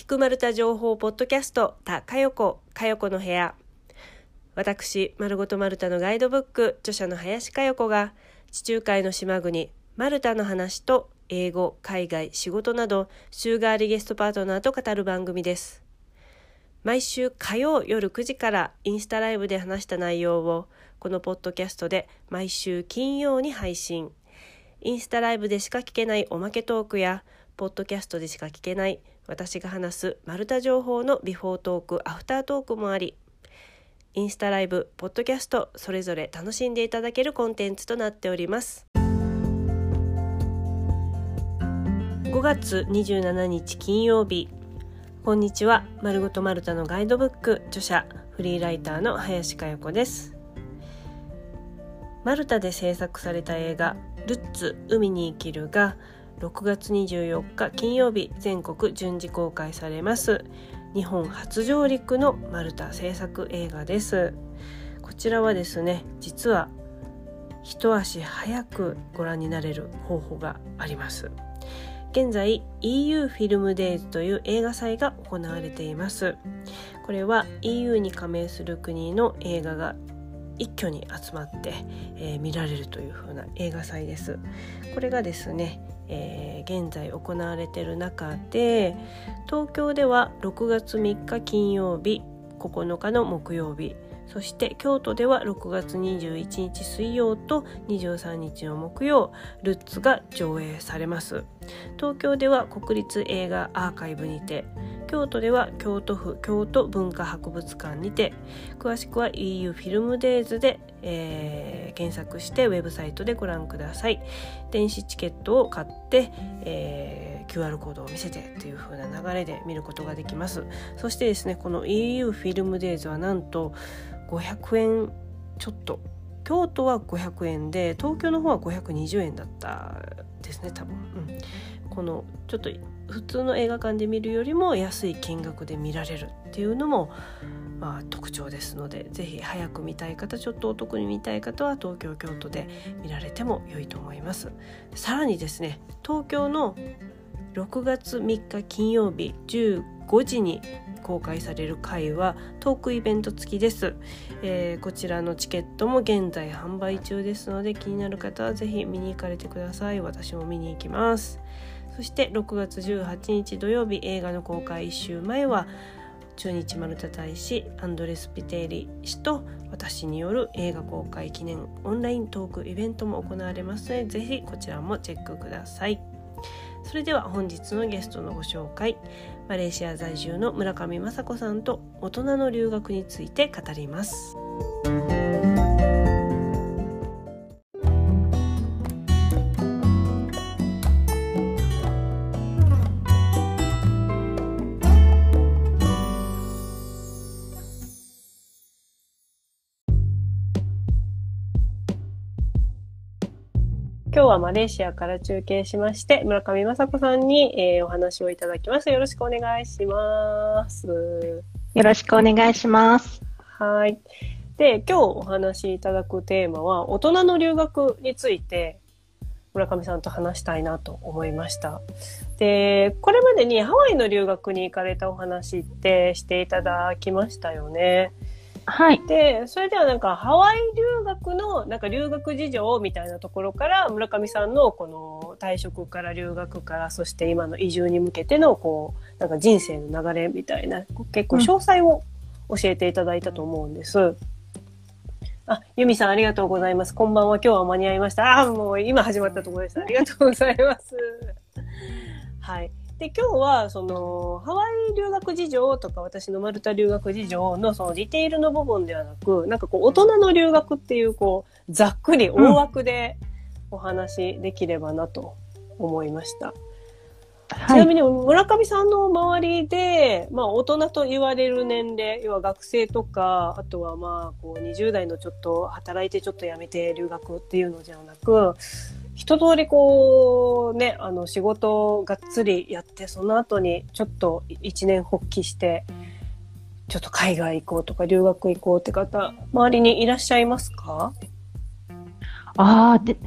くマルタ情報ポッドキャストたかよこの部屋。私まるごとマルタのガイドブック著者の林かよこが地中海の島国マルタの話と英語、海外、仕事など週替わりゲストパートナーと語る番組です。毎週火曜夜9時からインスタライブで話した内容をこのポッドキャストで毎週金曜に配信。インスタライブでしか聞けないおまけトークやポッドキャストでしか聞けない私が話すマルタ情報のビフォートーク、アフタートークもあり、インスタライブ、ポッドキャストそれぞれ楽しんでいただけるコンテンツとなっております。5月27日金曜日、こんにちは。まるごとマルタのガイドブック著者フリーライターの林かよこです。マルタで制作された映画ルッツ海に生きるが6月24日金曜日全国順次公開されます。日本初上陸のマルタ制作映画です。こちらはですね、実は一足早くご覧になれる方法があります。現在 EU フィルムデイズという映画祭が行われています。これは EU に加盟する国の映画が一挙に集まって、見られるという風な映画祭です。これがですね、現在行われている中で、東京では6月3日金曜日、9日の木曜日、そして京都では6月21日水曜と23日の木曜、ルッツが上映されます。東京では国立映画アーカイブにて、京都では京都府京都文化博物館にて、詳しくは EU フィルムデイズで、検索してウェブサイトでご覧ください。電子チケットを買って、QR コードを見せてという風な流れで見ることができます。そしてですね、この EU フィルムデイズはなんと500円ちょっと、京都は500円で東京の方は520円だったですね、多分、このちょっと普通の映画館で見るよりも安い金額で見られるっていうのも、特徴ですので、ぜひ早く見たい方、ちょっとお得に見たい方は東京、京都で見られても良いと思います。さらにですね、東京の6月3日金曜日15時に公開される回はトークイベント付きです。こちらのチケットも現在販売中ですので、気になる方はぜひ見に行かれてください。私も見に行きます。そして6月18日土曜日、映画の公開1週前は駐日マルタ大使アンドレス・ピテーリ氏と私による映画公開記念オンライントークイベントも行われますので、ぜひこちらもチェックください。それでは本日のゲストのご紹介。マレーシア在住の村上雅子さんと大人の留学について語ります。今日はマレーシアから中継しまして、村上雅子さんに、お話をいただきます。よろしくお願いします。 よろしくお願いします。 はい。で、今日お話しいただくテーマは、大人の留学について村上さんと話したいなと思いました。で、これまでにハワイの留学に行かれたお話ってしていただきましたよね。 はい。 で、それではハワイ留学の留学事情みたいなところから、村上さんのこの退職から留学から、そして今の移住に向けての人生の流れみたいな、結構詳細を教えていただいたと思うんです。ユミさんありがとうございます。こんばんは。今日は間に合いました。もう今始まったところです。ありがとうございます。はい。で、今日はそのハワイ留学事情とか私のマルタ留学事情のそのディテールの部分ではなく、大人の留学っていうざっくり大枠でお話できればなと思いました。ちなみに村上さんの周りで、大人と言われる年齢、要は学生とか、あとは20代のちょっと働いてちょっと辞めて留学っていうのじゃなく、一通り仕事をがっつりやって、その後にちょっと一年発起してちょっと海外行こうとか留学行こうって方、周りにいらっしゃいますか？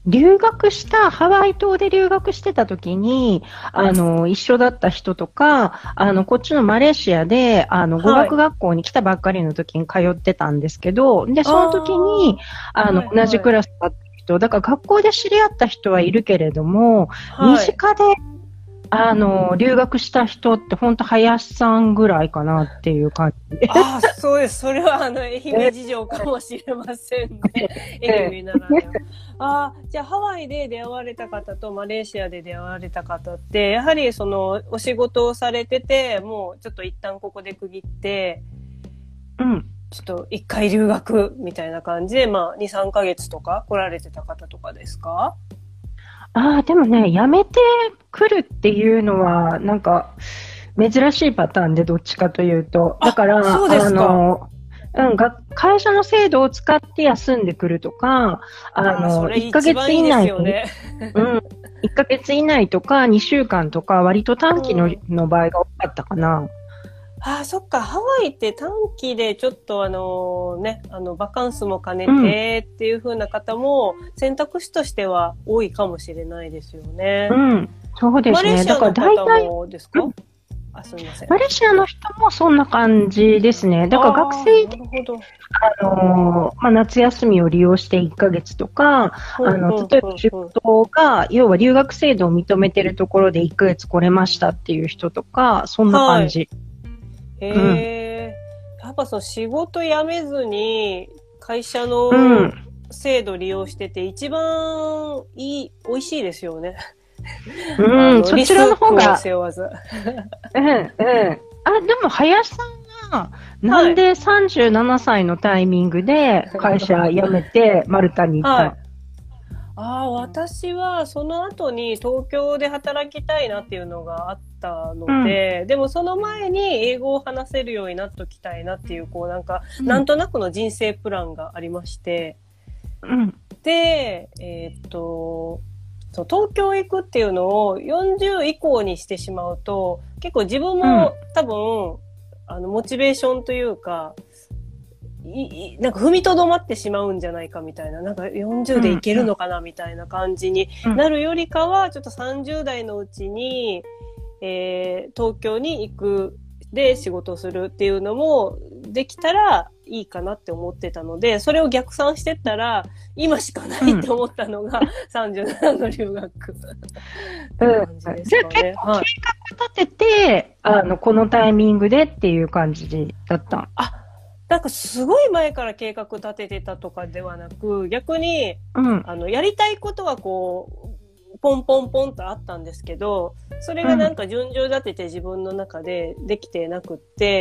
ハワイ島で留学してた時に、一緒だった人とか、こっちのマレーシアで、語はい。 学学校に来たばっかりの時に通ってたんですけど、で、その時あに、 あ、はい同じはい。 クラスだった人、だから学校で知り合った人はいるけれども、身はい。 近で、留学した人って本当林さんぐらいかなっていう感じ。 ああ、そうです。それは愛媛え事情かもしれませんね。愛え媛ならでは。ああ、じゃあハワイで出会われた方とマレーシアで出会われた方って、やはりそのお仕事をされてて、もうちょっと一旦ここで区切って、 うん。 ちょっと一回留学みたいな感じで、まあ2、3ヶ月とか来られてた方とかですか？ ああ、でもね、辞めてくるっていうのは、なんか、珍しいパターンで、どっちかというと。だあ、 から、 そうですか。 会社の制度を使って休んでくるとか、 ああ、それ 1ヶ月一番いいです以内に、 よね。 うん、1ヶ月以内とか2週間とか、割と短期の、 うん。 の場合が多かったかな。 ああ、そっか。ハワイって短期でちょっとね、バカンスも兼ねうん、 てっていう風な方も選択肢としては多いかもしれないですよね。 うん、そうでマすね。だからレーシアの大体、 方もですか？あ、すみません。 マレーシアの人もそんな感じですね。だから学ああ、 生でなるほど。 夏休みを利用して1ヶ月とか、 ふんふん例えば仕ふんふん。 事が、要は留学制度を認めてるところで1ヶ月来れましたっていう人とか、そんなはい。 感じ。うん。 へえ。やっぱその仕事辞めずに会社うのん。 制度利用してて一番美味しいですよね。 うん。そリちらスクをの方が、 背負わず。 うん、うん。でも林さんは、なはい。 んで37歳のタイミングで会社辞めてマルタに行っはい。 た？ ああ、私はその後に東京で働きたいなっていうのがあったうん。 ので、でもその前に英語を話せるようになっときたいなっていう、こうなんか、 うん。 なんとなくの人生プランがありまして、 うん。 で、そう東京行くっていうのを40以降にしてしまうと、結構自分うん。 も多分、モチベーションというか、なんか踏みとどまってしまうんじゃないかみたいな、なんか40でいうん。うん。 けるのかなみたいな感じにうん。 なるよりかは、ちょっと30代のうちに、東京に行くで仕事をするっていうのもできたらいいかなって思ってたので、それを逆算してったら、今しかないってうん。 思ったのが37の留学ってうん。 感じでじゃあすかね。はい。 結構計画立てて、このタイミングでっていう感じだった。 あ、なんかすごい前から計画立ててたとかではなく、逆に、 うん。 やりたいことはこう、ポンポンポンとあったんですけど、それうん。 がなんか順序立てて自分の中でできてなくって、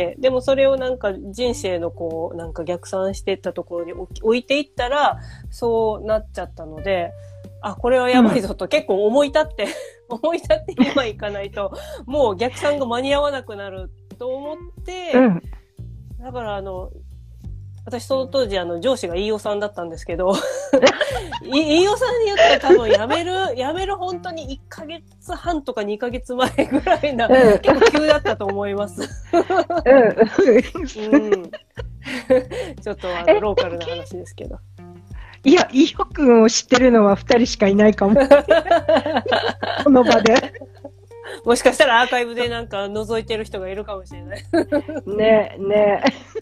でもそれをなんか人生のこう、なんか逆算していったところに置いていったら、そうなっちゃったので、あ、これはうん。 やばいぞと結構思い立って思い立って今行かないと、もう逆算が間に合わなくなると思って、 うん。 だから私その当時上司が飯尾さんだったんですけど飯尾さんに言ったら多分辞める本当に1ヶ月半とか2ヶ月前ぐらいな、 うん。 結構急だったと思います。 うん。 うん。ちょっとでローカルもな話ですけど。 いや、イオくんを知ってるのは2人しかいないかも。この場で。 もしかしたらアーカイブでなんか覗いてる人がいるかもしれない。 ねね。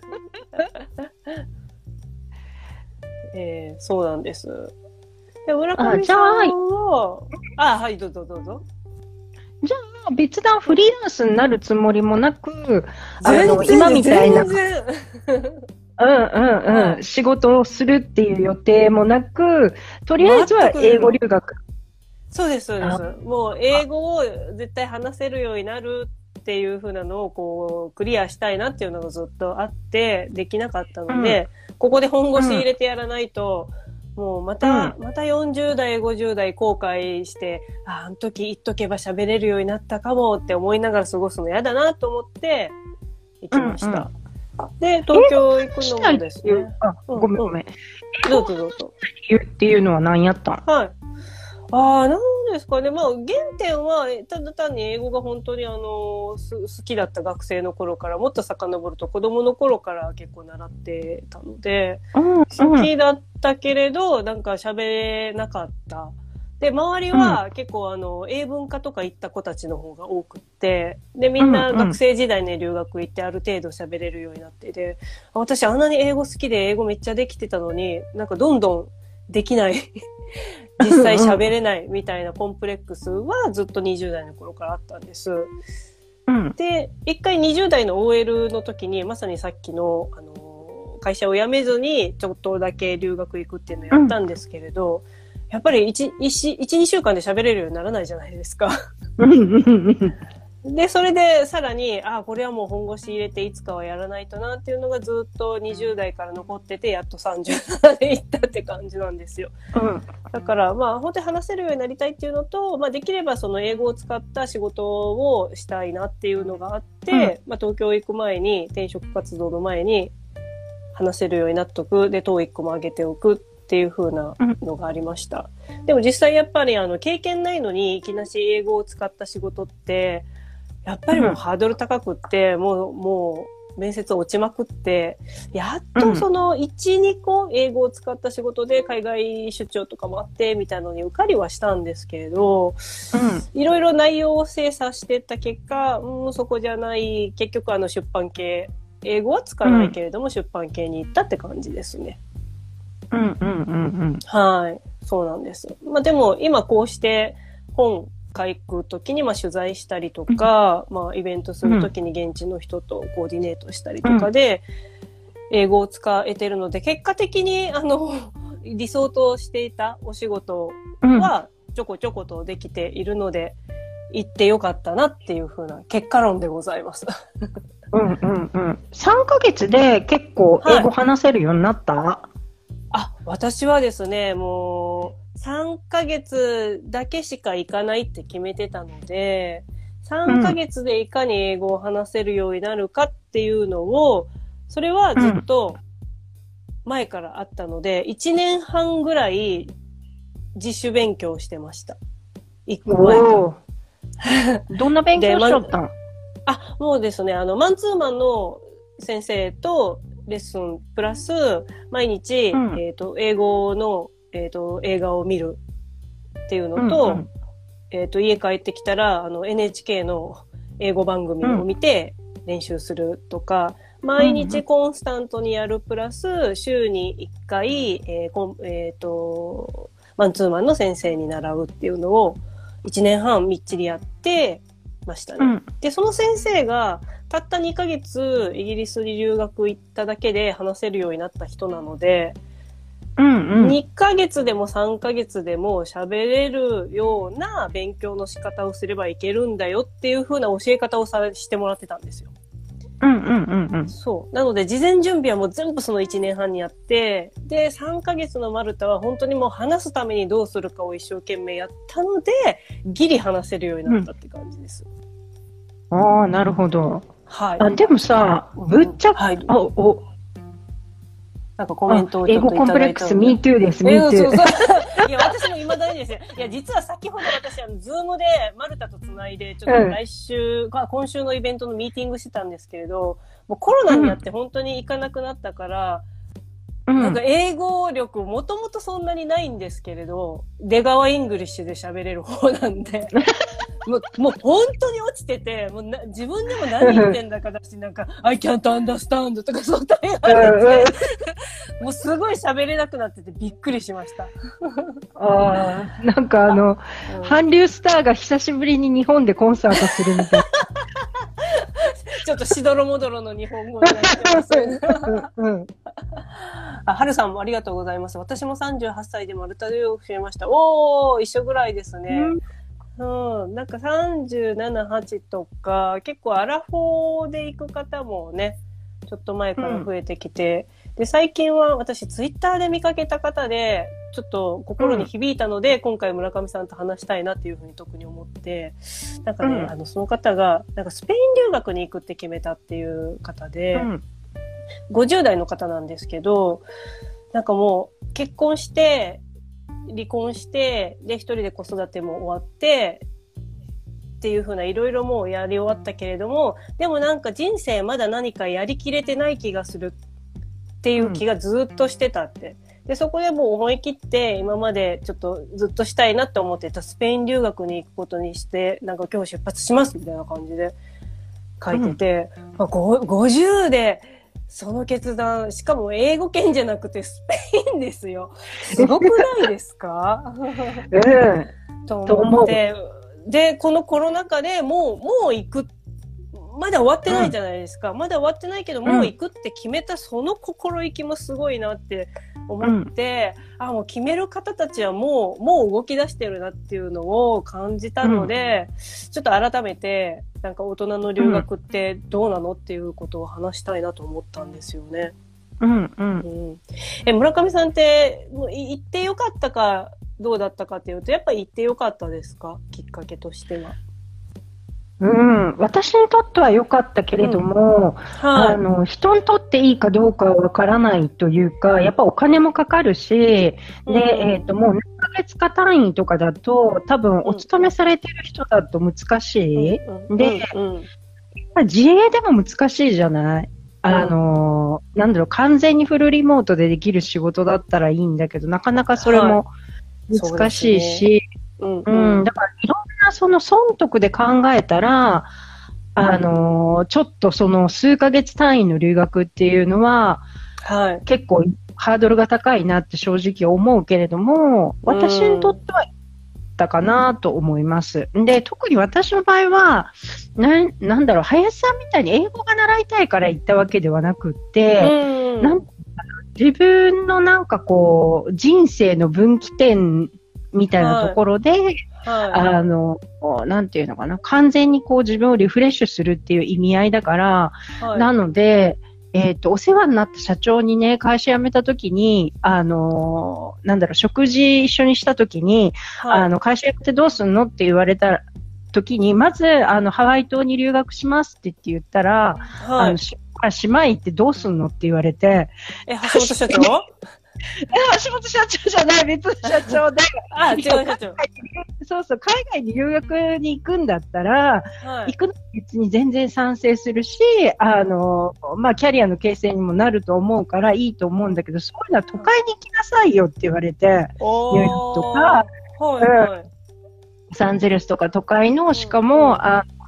そうなんです。で、村あ、 上さんじゃあ、 は、あ、はい、どうぞどうぞ。 じゃあ、別段フリーランスになるつもりもなく、今全然ね、 みたいな、 全然。 うんうんうん、 はい。 仕事をするっていう予定もなく、とりあえずは全くゼ英語留ロ。 学。 そうです、そうであ、 す。もう英語を絶対話せるようになるっていう風なのをこうクリアしたいなっていうのがずっとあってできなかったうん、 ので、ここで本腰入うん、 れてやらないと、もううん、 また40代、50代後悔して、あの時言っとけば喋れるようになったかもって思いながら過ごすの嫌だなと思って行うん、うん。 きました。で、 英語東京行くのしたいっもですね。 ていう、あ、 うんうん。 ごめんごめん。英語どうぞどうぞ。 言うっていうのは何やったん？ はい。ああ、なんですかね。まあ、原点は、ただ単に英語が本当に好きだった学生の頃から、もっと遡ると子供の頃から結構習ってたので、 うん、うん、 好きだっったけれど、なんか喋れなかった。で、周りは結構英文科とか行った子たちの方が多くって、で、みんな学生時代に留学行ってある程度喋れるようになってて、私あんなに英語好きで英語めっちゃできてたのに、なんかどんどんできない。実際喋れないみたいなコンプレックスはずっと20代の頃からあったんです。で、一回20代の OL の時に、まさにさっきの、会社を辞めずにちょっとだけ留学行くっていうのをやったんですけれど、やっぱり1、2週間で喋れるようにならないじゃないですか。で、それでさらに、これはもう本腰入れていつかはやらないとなっていうのがずっと20代から残ってて、やっと37で行ったって感じなんですよ。だから、まあ、本当に話せるようになりたいっていうのと、まあ、できればその英語を使った仕事をしたいなっていうのがあって、まあ、東京行く前に、転職活動の前に話せるようになっとく。で、TOEICも上げておく。っていう風なのがありました。でも実際やっぱり経験ないのにいきなし英語を使った仕事って、やっぱりもうハードル高くって、もう面接落ちまくって、やっとその1、2個英語を使った仕事で海外出張とかもあってみたいなのに受かりはしたんですけれど、いろいろ内容を精査していった結果、そこじゃない、結局出版系、英語は使わないけれども出版系に行ったって感じですね。はい。そうなんです。まあでも今こうして本書くときに取材したりとか、まあイベントするときに現地の人とコーディネートしたりとかで英語を使えてるので、結果的に理想としていたお仕事はちょこちょことできているので、行ってよかったなっていう風な結果論でございます。 3ヶ月で結構英語話せるようになった？ 私はですね、もう3ヶ月だけしか行かないって決めてたので、3ヶ月でいかに英語を話せるようになるかっていうのを、それはずっと前からあったので、1年半ぐらい自主勉強してました。行く前から。 どんな勉強しとったん？ もうですね、マンツーマンの先生と、レッスンプラス毎日、英語の、映画を見るっていうのと、家帰ってきたらNHK の英語番組を見て練習するとか、毎日コンスタントにやるプラス週に1回、マンツーマンの先生に習うっていうのを1年半みっちりやってましたね。で、その先生がたった2ヶ月イギリスに留学行っただけで話せるようになった人なので、2ヶ月でも3ヶ月でも喋れるような勉強の仕方をすればいけるんだよっていう風な教え方をしてもらってたんですよ。そう。なので事前準備はもう全部その1年半にやって、で、3ヶ月のマルタは本当にもう話すためにどうするかを一生懸命やったので、ギリ話せるようになったって感じです。 なるほど。 はい。 でもさ、ぶっちゃけ、 なんかコメントを英語コンプレックス、me too です、me too。 いや、私も未だにですよ。いや、実は先ほど私、ズームでマルタとつないで、ちょっと来週、今週のイベントのミーティングしてたんですけれど、もうコロナになって本当に行かなくなったから、なんか英語力もともとそんなにないんですけれど、出川イングリッシュで喋れる方なんで、もう本当に落ちてて、自分でも何言ってんだかだし、なんか、I can't understand とかそうい言われて、もうすごい喋れなくなっててびっくりしました。 なんか韓流スターが久しぶりに日本でコンサートするみたいな。 ちょっとしどろもどろの日本語になってます。はるさんもありがとうございます。私も38歳でマルタ留学しました。一緒ぐらいですね。なんか37、8とか、結構アラフォーで行く方もね、ちょっと前から増えてきて、で、最近は私ツイッターで見かけた方で、ちょっと心に響いたので、今回村上さんと話したいなっていうふうに特に思って、なんかね、その方が、なんかスペイン留学に行くって決めたっていう方で、50代の方なんですけど、なんかもう結婚して、離婚して、で、一人で子育ても終わって、っていう風ないろいろもうやり終わったけれども、でもなんか人生まだ何かやりきれてない気がするっていう気がずっとしてたって。 で、そこでもう思い切って今までちょっとずっとしたいなって思ってたスペイン留学に行くことにして、なんか今日出発しますみたいな感じで書いてて、50でその決断、しかも英語圏じゃなくてスペインですよ。すごくないですか？と思って。で、このコロナ禍でもう行く。まだ終わってないじゃないですか。まだ終わってないけど、もう行くって決めたその心意気もすごいなって思って、もう決める方たちはもう動き出してるなっていうのを感じたので、ちょっと改めて、なんか大人の留学ってどうなのっていうことを話したいなと思ったんですよね。村上さんってもう行ってよかったかどうだったかっていうと、やっぱり行ってよかったですか？きっかけとしては。 私にとっては良かったけれども、人にとっていいかどうかはわからないというか、やっぱお金もかかるし、で、もう何ヶ月か単位とかだと、多分お勤めされてる人だと難しい。で、自営でも難しいじゃない？完全にフルリモートでできる仕事だったらいいんだけど、なかなかそれも難しいし、だからいろんなその損得で考えたら、ちょっとその数ヶ月単位の留学っていうのは、結構ハードルが高いなって正直思うけれども、私にとってはいったかなと思います。で、特に私の場合は、林さんみたいに英語が習いたいから行ったわけではなくって、自分のなんかこう、人生の分岐点みたいなところで、なんていうのかな、完全にこう自分をリフレッシュするっていう意味合いだから、なので、お世話になった社長にね、会社辞めた時に、食事一緒にした時に、会社辞めてどうすんのって言われた時に、まず、ハワイ島に留学しますって言ったら、姉妹ってどうすんのって言われて。 橋本社長？ 橋本社長じゃない、別の社長で。 違う社長。 そうそう、海外に留学に行くんだったら、行くの別に全然賛成するし、キャリアの形成にもなると思うからいいと思うんだけど、そういうのは都会に行きなさいよって言われて、ニューヨークとか、ロサンゼルスとか都会の、しかも、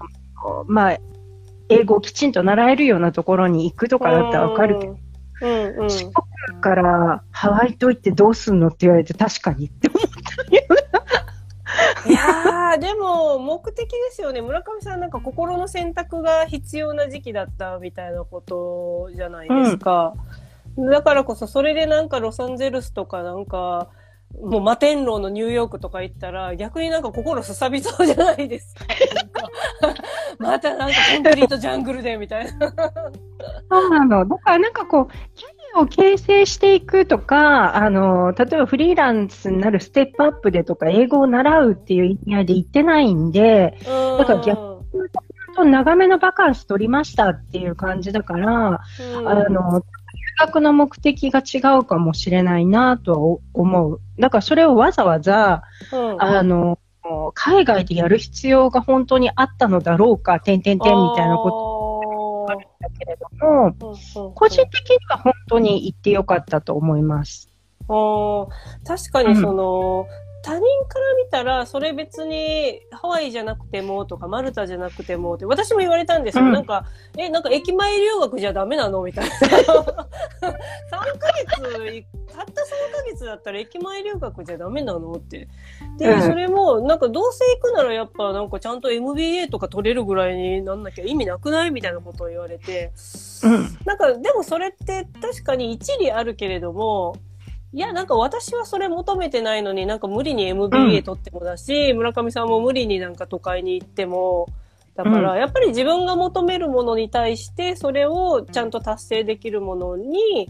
英語をきちんと習えるようなところに行くとかだったらわかるけど、四国からハワイ島行ってどうすんのって言われて確かにって思ったよ。 いやー、でも目的ですよね。村上さんなんか心の選択が必要な時期だったみたいなことじゃないですか。だからこそそれでなんかロサンゼルスとかなんかもう摩天楼のニューヨークとか行ったら逆になんか心すさびそうじゃないですか。またなんかコンクリートジャングルでみたいな。 そうなの。だからなんかこう、キャリアを形成していくとか、例えばフリーランスになるステップアップでとか、英語を習うっていう意味合いで言ってないんで、だから逆に言うと長めのバカンス取りましたっていう感じだから、留学の目的が違うかもしれないなとは思う。だからそれをわざわざ、海外でやる必要が本当にあったのだろうか、みたいなことあるんだけれども、個人的には本当に行ってよかったと思います。 確かに他人から見たら、それ別にハワイじゃなくてもとかマルタじゃなくてもって私も言われたんですよ。なんか駅前留学じゃダメなのみたいな。3ヶ月、たった3ヶ月だったら駅前留学じゃダメなのって。で、それもなんかどうせ行くならやっぱなんかちゃんと MBA とか取れるぐらいになんなきゃ意味なくないみたいなことを言われて。なんかでもそれって確かに一理あるけれども、いや、なんか私はそれ求めてないのに、なんか無理に MBA 取ってもだし、村上さんも無理になんか都会に行っても、だから、やっぱり自分が求めるものに対して、それをちゃんと達成できるもの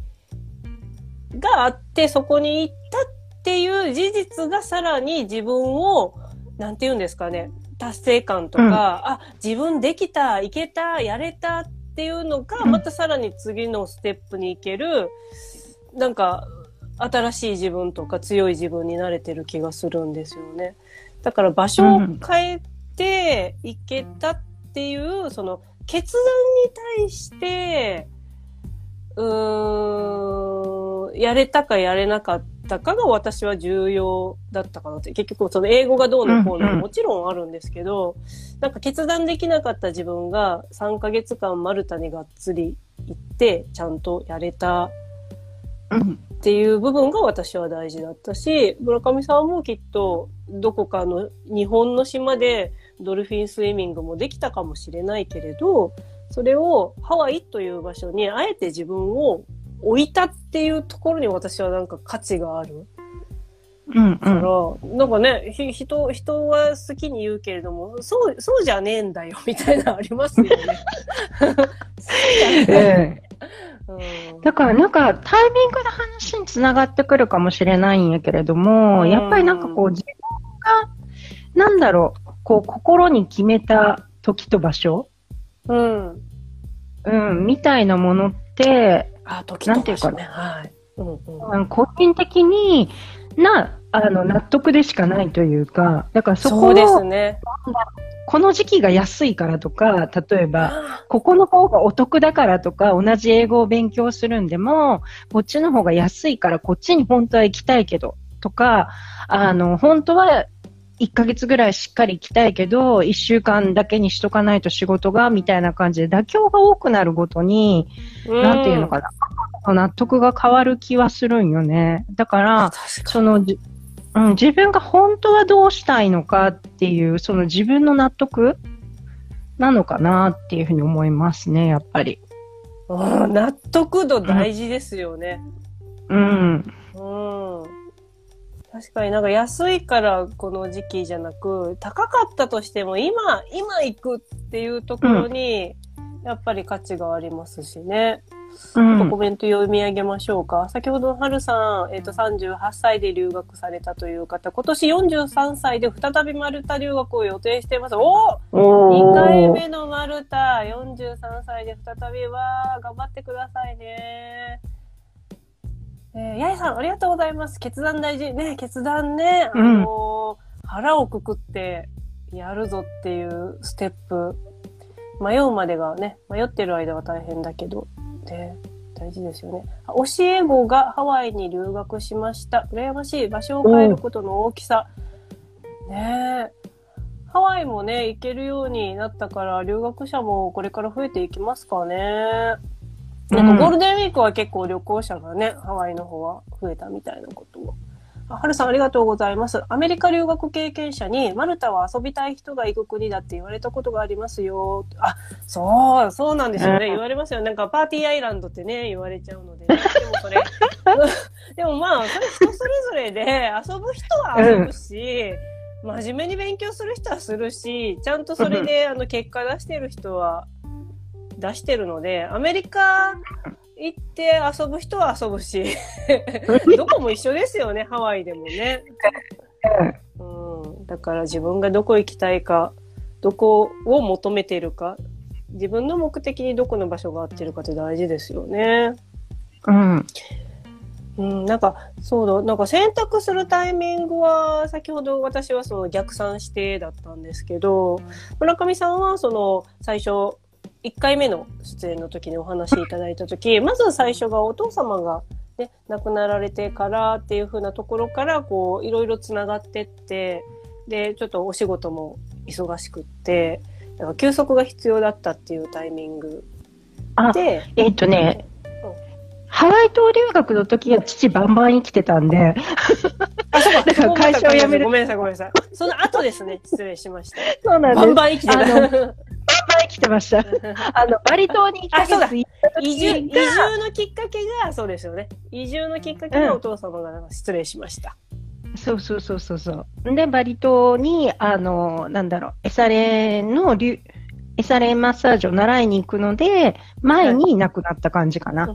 があって、そこに行ったっていう事実がさらに自分を、なんて言うんですかね、達成感とか、自分できた、いけた、やれたっていうのが、またさらに次のステップに行ける、なんか、新しい自分とか強い自分になれてる気がするんですよね。だから場所を変えていけたっていう、その決断に対して、 やれたかやれなかったかが私は重要だったかなって。結局その英語がどうのこうのももちろんあるんですけど、なんか決断できなかった自分が3ヶ月間マルタにがっつり行ってちゃんとやれたっていう部分が私は大事だったし、村上さんもきっとどこかの日本の島でドルフィンスイミングもできたかもしれないけれど、それをハワイという場所にあえて自分を置いたっていうところに私はなんか価値がある。だから、なんかね、人は好きに言うけれども、そうじゃねえんだよ、みたいなのありますよね。 だからなんかタイミングの話につながってくるかもしれないんやけれども、やっぱりなんかこう自分が、なんだろう、こう心に決めた時と場所みたいなものって、 なんていうかね、はい。 個人的に納得でしかないというか、だからそこを、 そうですね。 この時期が安いからとか、例えば、ここの方がお得だからとか、同じ英語を勉強するんでも、こっちの方が安いからこっちに本当は行きたいけど、とか、本当は1ヶ月ぐらいしっかり行きたいけど、1週間だけにしとかないと仕事が、みたいな感じで妥協が多くなるごとに、なんていうのかな、納得が変わる気はするんよね。だから、自分が本当はどうしたいのかっていう、その自分の納得なのかなっていうふうに思いますね、やっぱり。 納得度大事ですよね。確かになんか安いからこの時期じゃなく、高かったとしても今行くっていうところに、やっぱり価値がありますしね。コメント読み上げましょうか。先ほどの春さん、38歳で留学されたという方、今年43歳で再びマルタ留学を予定しています。2回目のマルタ、43歳で再びは、頑張ってくださいね。八重さん、ありがとうございます。決断大事。ね、決断ね、腹をくくってやるぞっていうステップ。迷うまでがね、迷ってる間は大変だけど、大事ですよね。教え子がハワイに留学しました。羨ましい。場所を変えることの大きさ。ねえ。ハワイもね、行けるようになったから、留学者もこれから増えていきますかね。なんかゴールデンウィークは結構旅行者がね、ハワイの方は増えたみたいなことを。はるさんありがとうございます。アメリカ留学経験者にマルタは遊びたい人が行く国だって言われたことがありますよ。そうなんですよね。言われますよ。なんかパーティーアイランドってね、言われちゃうので、でもそれ、でもまあ、それ人それぞれで遊ぶ人は遊ぶし、真面目に勉強する人はするし、ちゃんとそれで結果出してる人は出してるので、アメリカ行って遊ぶ人は遊ぶしどこも一緒ですよね、ハワイでもね。だから自分がどこ行きたいか、どこを求めているか、自分の目的にどこの場所が合ってるかって大事ですよね。なんか選択するタイミングは先ほど私はその逆算してだったんですけど、村上さんはその最初1回目の出演の時にお話しいただいた時、まず最初がお父様が、ね、亡くなられてからっていう風なところからこういろいろつながってって、でちょっとお仕事も忙しくって、だから休息が必要だったっていうタイミングで、 ハワイ島留学の時は父バンバン生きてたんでそうか、 だから会社を辞める。 ごめんなさい。その後ですね、失礼しました。 そうなんです。 バンバン生きてた。 生きてました。バリ島に1ヶ月行った時移住のきっかけが、そうですよね。移住のきっかけがお父様が失礼しました。 そう。で、バリ島に、餌練マッサージを習いに行くので、前に亡くなった感じかな。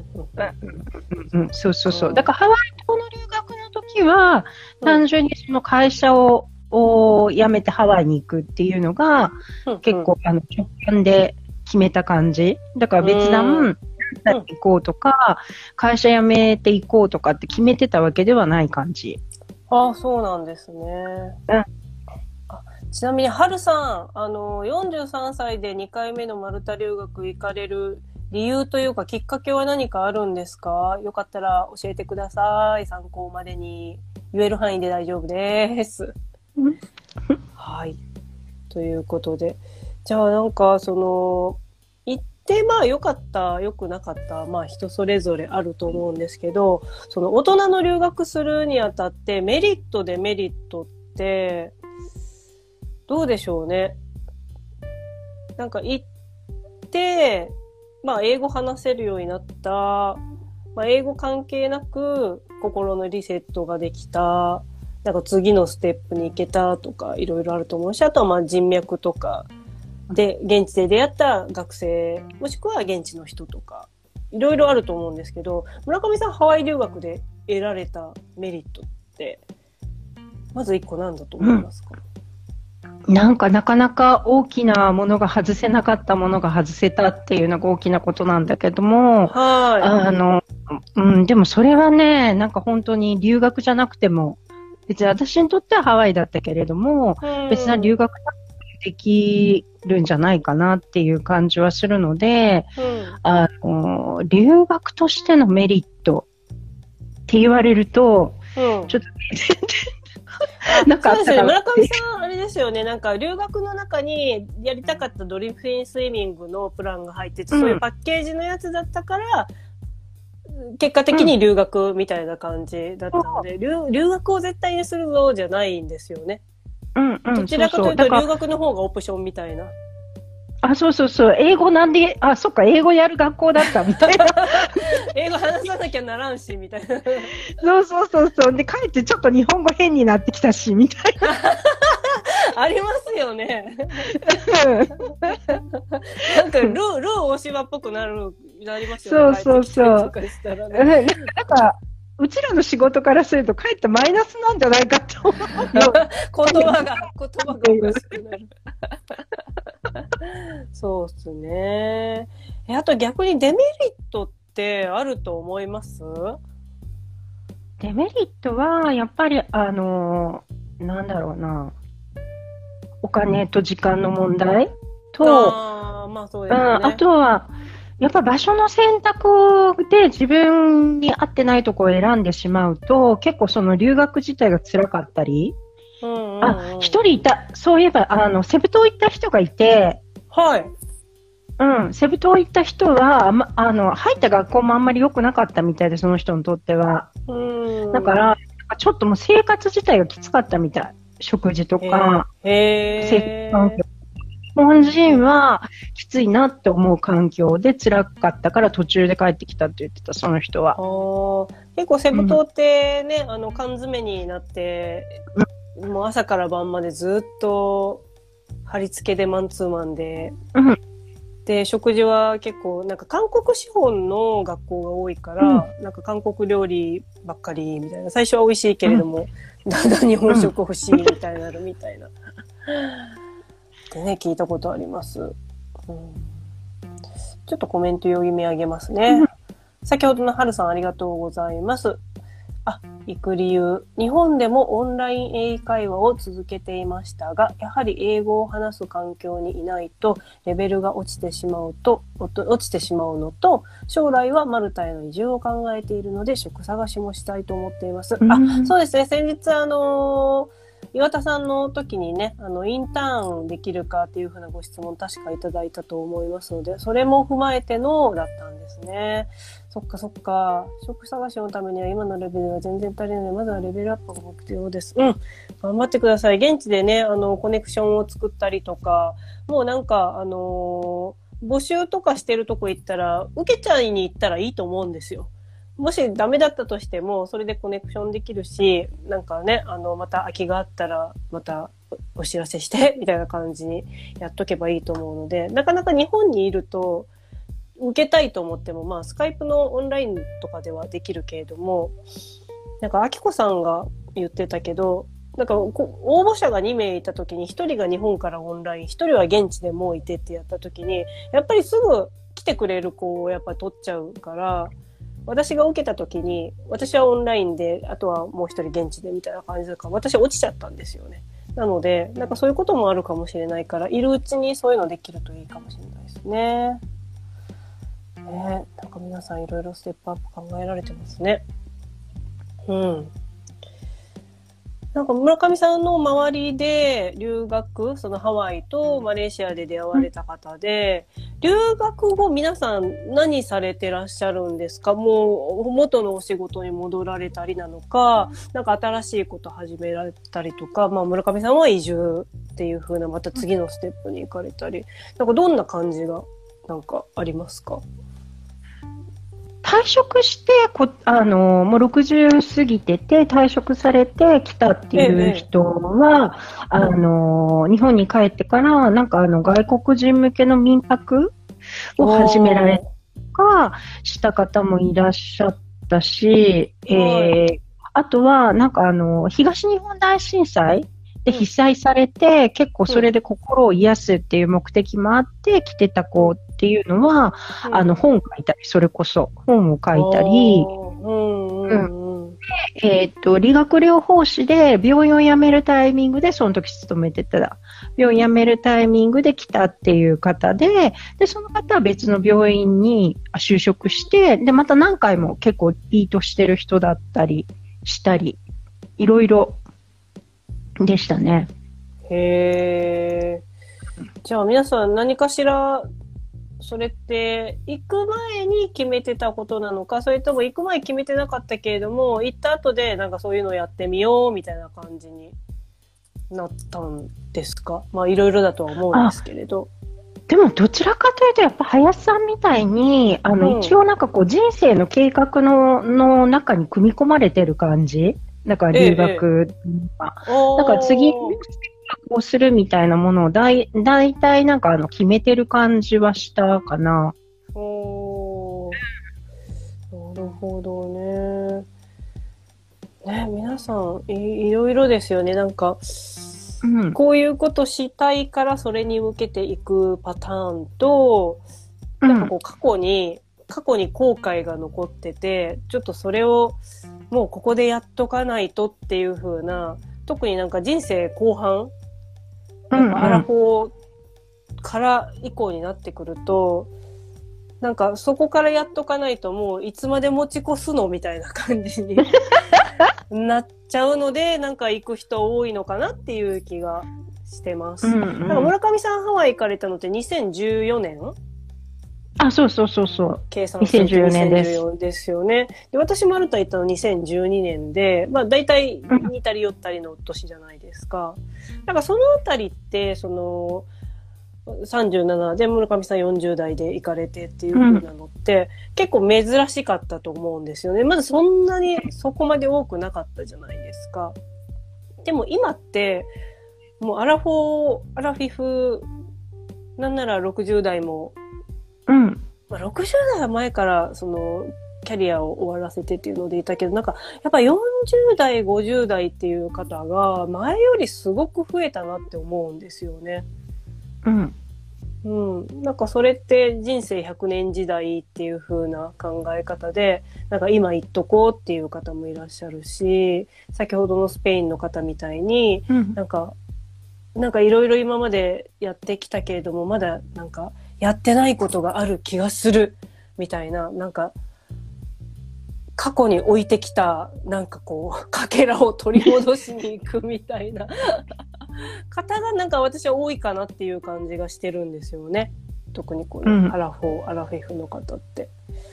そう。だからハワイ島の留学の時は、単純にその会社を辞めてハワイに行くっていうのが、結構直感で決めた感じ。だから別段、行こうとか、会社辞めて行こうとかって決めてたわけではない感じ。 そうなんですね。ちなみに、はるさん、43歳で2回目のマルタ留学行かれる理由というかきっかけは何かあるんですか？よかったら教えてください。参考までに。言える範囲で大丈夫です。はい。ということで。じゃあなんか、行ってまあ良かった、良くなかった、まあ人それぞれあると思うんですけど、その大人の留学するにあたってメリットデメリットってどうでしょうね。なんか行って、まあ英語話せるようになった、まあ英語関係なく心のリセットができた、なんか次のステップに行けたとかいろいろあると思うし、あとはまあ人脈とか、で、現地で出会った学生、もしくは現地の人とか、いろいろあると思うんですけど、村上さんハワイ留学で得られたメリットって、まず一個なんだと思いますか？ なんかなかなか大きなものが外せなかったものが外せたっていうのが大きなことなんだけども、 はい。 でもそれはね、なんか本当に留学じゃなくても、別に私にとってはハワイだったけれども、別な留学できるんじゃないかなっていう感じはするので、留学としてのメリットって言われると、ちょっとなんかそうですね。村上さん、あれですよね。なんか、留学の中にやりたかったドルフィンスイミングのプランが入ってて、そういうパッケージのやつだったから、結果的に留学みたいな感じだったので、留学を絶対にするぞじゃないんですよね。どちらかというと留学の方がオプションみたいな。 そうそうそう。英語なんで、そっか、英語やる学校だったみたいな。 英語話さなきゃならんし、みたいな。 そう。で、帰ってちょっと日本語変になってきたし、みたいな。 ありますよね。なんか、ルー大芝っぽくなりますよね。 そう。なんか、うちらの仕事からすると、かえってマイナスなんじゃないかと思う。 言葉がおかしくなる。そうっすね。あと逆にデメリットってあると思います？ デメリットは、やっぱり、なんだろうな。お金と時間の問題と、 まあそうですね。 あとは、やっぱ場所の選択で自分に合ってないところを選んでしまうと、結構その留学自体が辛かったり、一人いた、そういえば、セブ島行った人がいて、 はい。 セブ島行った人は、入った学校もあんまり良くなかったみたいで、その人にとっては。だから、ちょっともう生活自体がきつかったみたい。食事とか、生活環境。日本人はきついなって思う環境で辛かったから途中で帰ってきたって言ってた、その人は。 結構セブ島ってね、缶詰になって、もう朝から晩までずっと貼り付けでマンツーマンで、で、食事は結構なんか韓国資本の学校が多いから、なんか韓国料理ばっかりみたいな。最初は美味しいけれども、だんだん日本食欲しいみたいになるみたいな。ってね、聞いたことあります。ちょっとコメント読み上げますね。先ほどの春さんありがとうございます。行く理由。日本でもオンライン英会話を続けていましたが、やはり英語を話す環境にいないとレベルが落ちてしまうのと、将来はマルタへの移住を考えているので、職探しもしたいと思っています。そうですね。先日岩田さんの時にね、インターンできるかっていうふうなご質問確かいただいたと思いますので、それも踏まえてのだったんですね。そっか。職探しのためには今のレベルは全然足りないので、まずはレベルアップが必要です。頑張ってください。現地でね、コネクションを作ったりとか、もうなんか、募集とかしてるとこ行ったら、受けちゃいに行ったらいいと思うんですよ。もしダメだったとしても、それでコネクションできるし、なんかね、また空きがあったら、またお知らせして、みたいな感じにやっとけばいいと思うので、なかなか日本にいると、受けたいと思っても、まあ、スカイプのオンラインとかではできるけれども、なんか、あきこさんが言ってたけど、なんか、応募者が2名いたときに、1人が日本からオンライン、1人は現地でもういてってやったときに、やっぱりすぐ来てくれる子をやっぱり取っちゃうから、私が受けたときに、私はオンラインで、あとはもう一人現地でみたいな感じだから、私落ちちゃったんですよね。なので、なんかそういうこともあるかもしれないから、いるうちにそういうのできるといいかもしれないですね。 なんか皆さんいろいろステップアップ考えられてますね。うん。なんか村上さんの周りで留学、そのハワイとマレーシアで出会われた方で、留学後皆さん何されてらっしゃるんですか？もう元のお仕事に戻られたりなのか、なんか新しいこと始められたりとか、まあ村上さんは移住っていう風なまた次のステップに行かれたり、なんかどんな感じがなんかありますか？ 退職してもう60過ぎてて退職されてきたっていう人は、日本に帰ってからなんか外国人向けの民泊を始められたとかした方もいらっしゃったし、あとはなんか東日本大震災で被災されて、結構それで心を癒すっていう目的もあって来てた子っていうのは、本を書いたり、それこそ本を書いたり、理学療法士で病院を辞めるタイミングで、その時勤めてた病院辞めるタイミングで来たっていう方で、その方は別の病院に就職して、で、また何回も結構リートしてる人だったりしたり、いろいろでしたね。 へー。じゃあ皆さん何かしら、それって行く前に決めてたことなのか、それとも行く前決めてなかったけれども、行った後でなんかそういうのをやってみようみたいな感じになったんですか？まあいろいろだとは思うんですけれど。 でもどちらかというとやっぱ林さんみたいに一応なんかこう人生の計画の中に組み込まれてる感じ。だから留学だから次こうするみたいなものをだいたいなんか決めてる感じはしたかな。 なるほどね。皆さんいろいろですよね。なんか、こういうことしたいからそれに向けていくパターンと、なんかこう過去に後悔が残ってて、ちょっとそれをもうここでやっとかないとっていう風な、特になんか人生後半、やっぱアラフォーから以降になってくると、なんかそこからやっとかないともういつまで持ち越すのみたいな感じになっちゃうので、なんか行く人多いのかなっていう気がしてます。なんか村上さんハワイ行かれたのって2014年？ そう。 計算すると2014年ですよね。で、私マルタ行ったの2012年で、まあ大体似たり寄ったりの年じゃないですか。なんかそのあたりって、37で村上さん40代で行かれてっていう風なのって、結構珍しかったと思うんですよね。まだそんなにそこまで多くなかったじゃないですか。でも今って、もうアラフィフ、なんなら60代も、まあ、60代は前からキャリアを終わらせてっていうのでいたけど、なんかやっぱ40代50代っていう方が前よりすごく増えたなって思うんですよね。なんかそれって人生100年時代っていう風な考え方で、なんか今言っとこうっていう方もいらっしゃるし、先ほどのスペインの方みたいに、なんかいろいろ今までやってきたけれども、まだなんかやってないことがある気がするみたいな、なんか過去に置いてきたなんかこうかけらを取り戻しに行くみたいな方がなんか私は多いかなっていう感じがしてるんですよね。特にこのアラフィフの方って。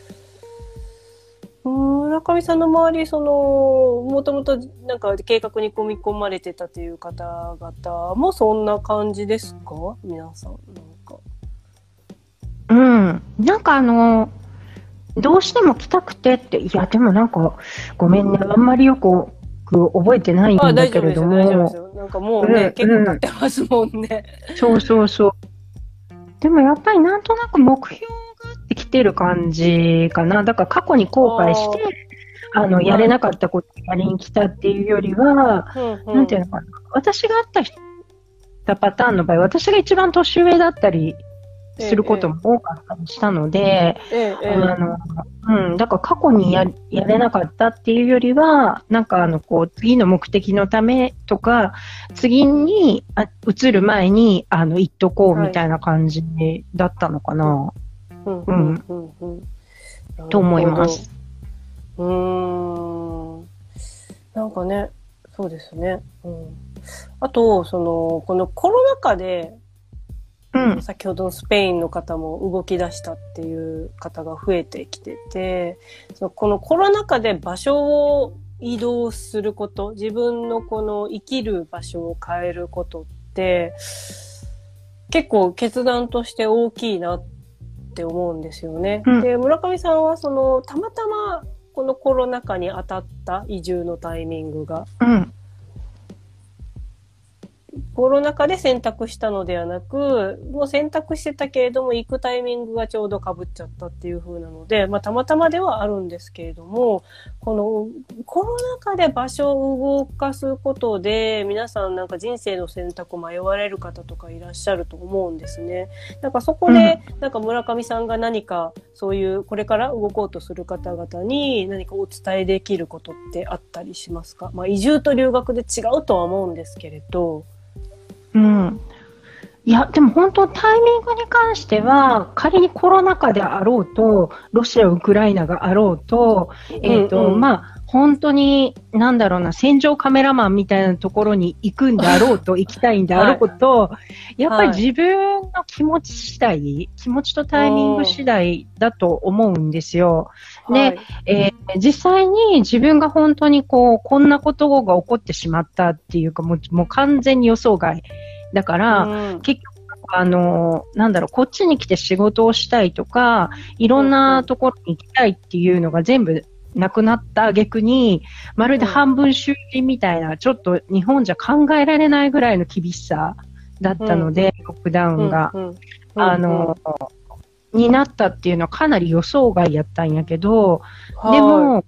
村上さんの周り、もともとなんか計画に組み込まれてたという方々もそんな感じですか？皆さんなんかどうしても来たくてって、いやでもなんかごめんね、あんまりよく覚えてないんだけれども、 大丈夫ですよ。なんかもうね、結構経ってますもんね。 そう。でもやっぱりなんとなく目標があって来てる感じかな。だから過去に後悔して、やれなかったことをやりに来たっていうよりは、なんていうのかな。私があったパターンの場合、私が一番年上だったりすることも多かったりしたので、だから過去にやれなかったっていうよりは、なんか次の目的のためとか、次に移る前に、行っとこうみたいな感じだったのかな。 と思います。 なんかね、そうですね。あと、このコロナ禍で、先ほどのスペインの方も動き出したっていう方が増えてきてて、このコロナ禍で場所を移動すること、自分のこの生きる場所を変えることって、結構決断として大きいなって思うんですよね。で、村上さんはたまたまこのコロナ禍に当たった移住のタイミングが、コロナ禍で選択したのではなく、もう選択してたけれども、行くタイミングがちょうど被っちゃったっていう風なので、たまたまではあるんですけれども、このコロナ禍で場所を動かすことで、皆さんなんか人生の選択を迷われる方とかいらっしゃると思うんですね。なんかそこで、なんか村上さんが何かそういうこれから動こうとする方々に何かお伝えできることってあったりしますか？移住と留学で違うとは思うんですけれど。 いや、でも本当タイミングに関しては、仮にコロナ禍であろうと、ロシア、ウクライナがあろうと、本当に、戦場カメラマンみたいなところに行くんだろうと、行きたいんだろうと、やっぱり自分の気持ち次第、気持ちとタイミング次第だと思うんですよ。で、実際に自分が本当にこんなことが起こってしまったっていうか、もう完全に予想外。だから、結局、こっちに来て仕事をしたいとか、いろんなところに行きたいっていうのが全部なくなった挙句に、まるで半分囚人みたいな、ちょっと日本じゃ考えられないぐらいの厳しさだったので、ロックダウンが、になったっていうのはかなり予想外やったんやけど、でも、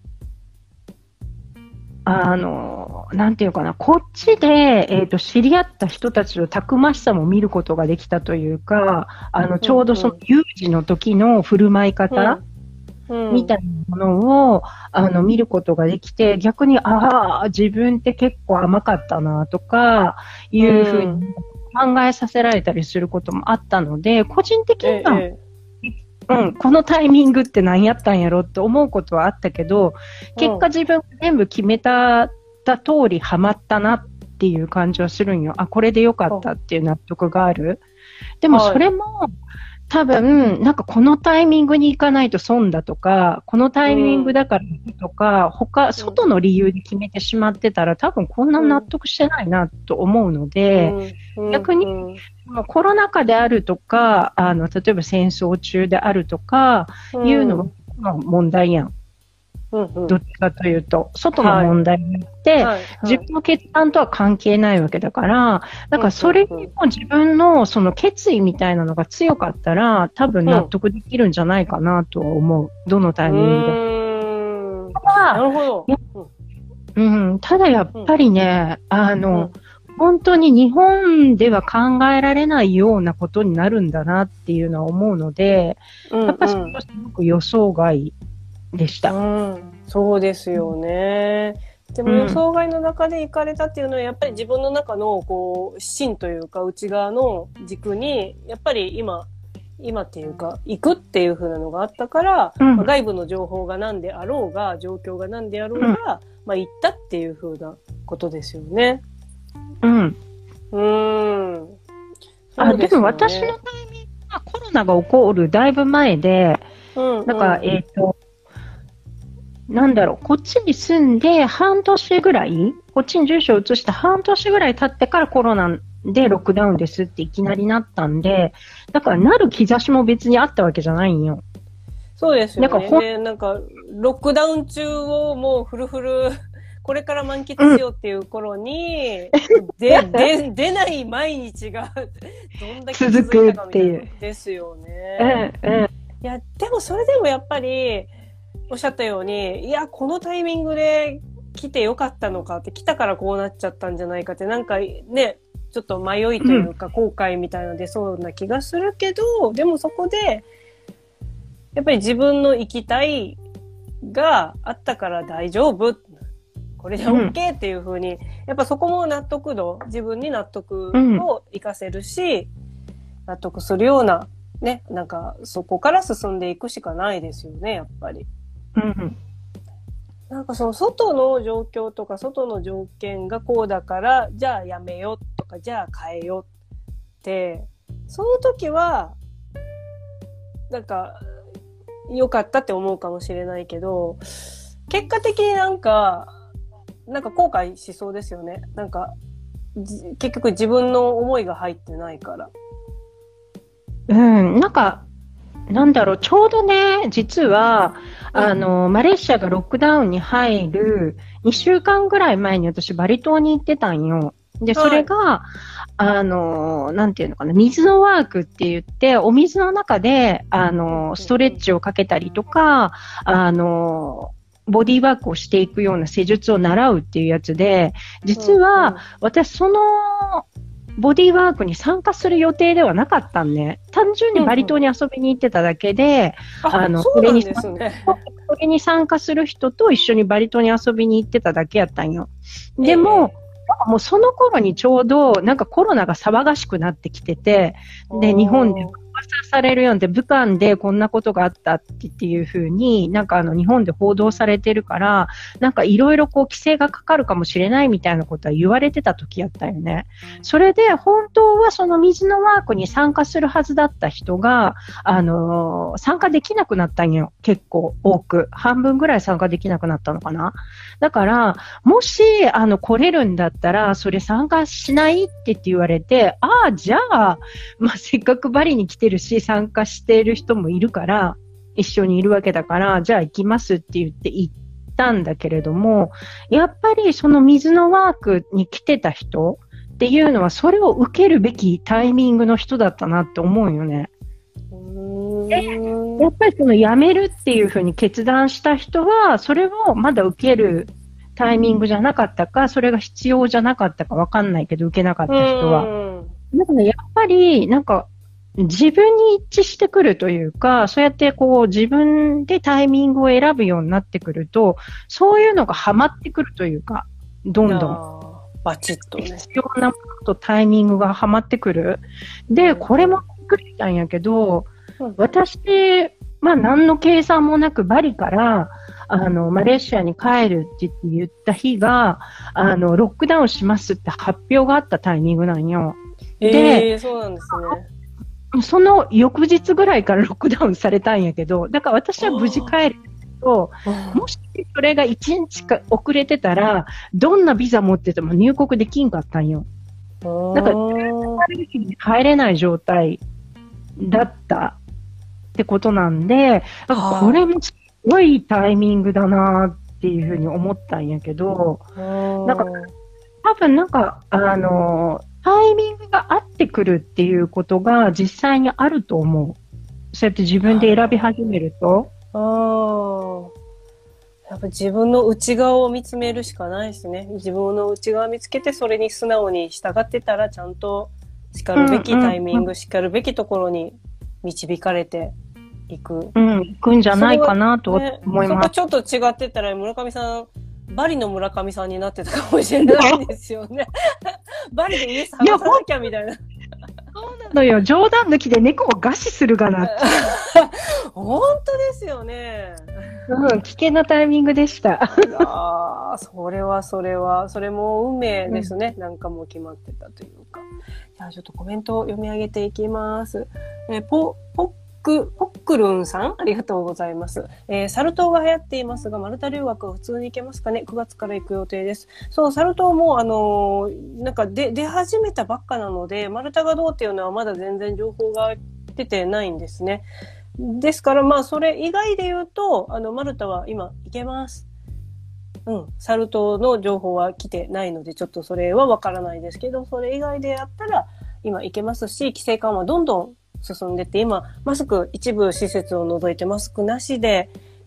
なんていうかな、こっちで、知り合った人たちのたくましさも見ることができたというか、ちょうどその有事の時の振る舞い方、みたいなものを、見ることができて、逆に、自分って結構甘かったな、とか、いうふうに考えさせられたりすることもあったので、個人的には、このタイミングって何やったんやろって思うことはあったけど、結果自分が全部決めた通りハマったなっていう感じはするんよ。これでよかったっていう納得がある。でもそれも、多分、なんかこのタイミングに行かないと損だとか、このタイミングだからとか、外の理由で決めてしまってたら、多分こんな納得してないなと思うので、逆に、コロナ禍であるとか、例えば戦争中であるとか、いうのは問題やん。どっちかというと、外の問題によって、自分の決断とは関係ないわけだから、だからそれにも自分のその決意みたいなのが強かったら、多分納得できるんじゃないかなと思う。どのタイミングで。 なるほど。ただやっぱりね、本当に日本では考えられないようなことになるんだなっていうのは思うので、やっぱりそれはすごく予想外でした。 そうですよね。でも予想外の中で行かれたっていうのはやっぱり自分の中の芯というか内側の軸にやっぱり今っていうか行くっていう風なのがあったから、外部の情報が何であろうが状況が何であろうが、行ったっていう風なことですよね。 でも私のタイミングはコロナが起こるだいぶ前で、こっちに住んで半年ぐらい、こっちに住所を移した半年ぐらい経ってからコロナでロックダウンですっていきなりなったんで、だからなる兆しも別にあったわけじゃないんよ。 そうですよね。なんか、ロックダウン中をもうフルフル、これから満喫しようっていう頃に、出ない毎日がどんだけ続いたかみたいなですよね。いや、でもそれでもやっぱり、おっしゃったように、いや、このタイミングで来てよかったのかって、来たからこうなっちゃったんじゃないかって、なんかね、ちょっと迷いというか、後悔みたいなの出そうな気がするけど、でもそこで、やっぱり自分の生きたいがあったから大丈夫。これで OK っていう風に、やっぱそこも納得度、自分に納得を活かせるし、納得するようなね、なんかそこから進んでいくしかないですよね、やっぱり。 うん。 なんかその外の状況とか外の条件がこうだから、じゃあやめようとか、じゃあ変えようって、その時は、なんか良かったって思うかもしれないけど、結果的になんか後悔しそうですよね。なんか、結局自分の思いが入ってないから。 うん、なんか、なんだろう、ちょうどね、実は、マレーシアがロックダウンに入る2週間ぐらい前に私バリ島に行ってたんよ。で、それが、なんていうのかな、水のワークって言って、お水の中で、ストレッチをかけたりとか、ボディーワークをしていくような施術を習うっていうやつで、実は、私、その、ボディーワークに参加する予定ではなかったんね。単純にバリ島に遊びに行ってただけで、 そうなんですね。 これに参加する人と一緒にバリ島に遊びに行ってただけやったんよ。でも、もうその頃にちょうどなんかコロナが騒がしくなってきてて、で、日本で噂されるようで、武漢でこんなことがあったっていう風に、なんか日本で報道されてるから、なんかいろいろこう規制がかかるかもしれないみたいなことは言われてた時やったよね。それで本当はその水のワークに参加するはずだった人が、参加できなくなったんよ。結構多く。半分ぐらい参加できなくなったのかな。だから、もし、来れるんだったら、それ参加しないって言われて、じゃあ、まあ、せっかくバリに来てるし、参加している人もいるから、一緒にいるわけだから、じゃあ行きますって言って行ったんだけれども、やっぱりその水のワークに来てた人っていうのは、それを受けるべきタイミングの人だったなって思うよね。やっぱりその辞めるっていうふうに決断した人は、それをまだ受けるタイミングじゃなかったか、それが必要じゃなかったかわかんないけど、受けなかった人は。だからやっぱり、なんか、自分に一致してくるというか、そうやってこう自分でタイミングを選ぶようになってくると、そういうのがハマってくるというか、どんどん。 バチッとね。 必要なものとタイミングがハマってくる。で、これもびっくりしたんやけど、私、まあ何の計算もなくバリから、マレーシアに帰るって言った日が、ロックダウンしますって発表があったタイミングなんよ。 で、そうなんですね。その翌日ぐらいからロックダウンされたんやけど、だから私は無事帰るけど、もしそれが1日か遅れてたら、どんなビザ持ってても入国できんかったんよ。だから、帰れない状態だったってことなんで、これもすごいタイミングだなっていうふうに思ったんやけど、なんか多分なんか、タイミングが合ってくるっていうことが実際にあると思う。そうやって自分で選び始めると。 やっぱ自分の内側を見つめるしかないですね。自分の内側を見つけて、それに素直に従ってたら、ちゃんと叱るべきタイミング、叱るべきところに導かれていく。 行くんじゃないかなと思います。 そこちょっと違ってたら、村上さん、バリの村上さんになってたかもしれないですよね。バリで家探さなきゃみたいな。 そうなのよ。冗談抜きで猫を餓死するがなって。 本当ですよね。 危険なタイミングでした。 それも運命ですね。なんかもう決まってたというか。じゃあちょっとコメントを読み上げていきます。ポックルンさん、ありがとうございます。サル痘が流行っていますが、マルタ留学は普通に行けますかね。9月から行く予定です。そう、サル痘も、なんか出始めたばっかなので、マルタがどうっていうのはまだ全然情報が出てないんですね。ですから、まあ、それ以外で言うと、マルタは今行けます。サル痘の情報は来てないので、ちょっとそれはわからないですけど、それ以外でやったら、今行けますし、規制緩和どんどん進んでて、今、マスク、一部施設を除いてマスクなしで、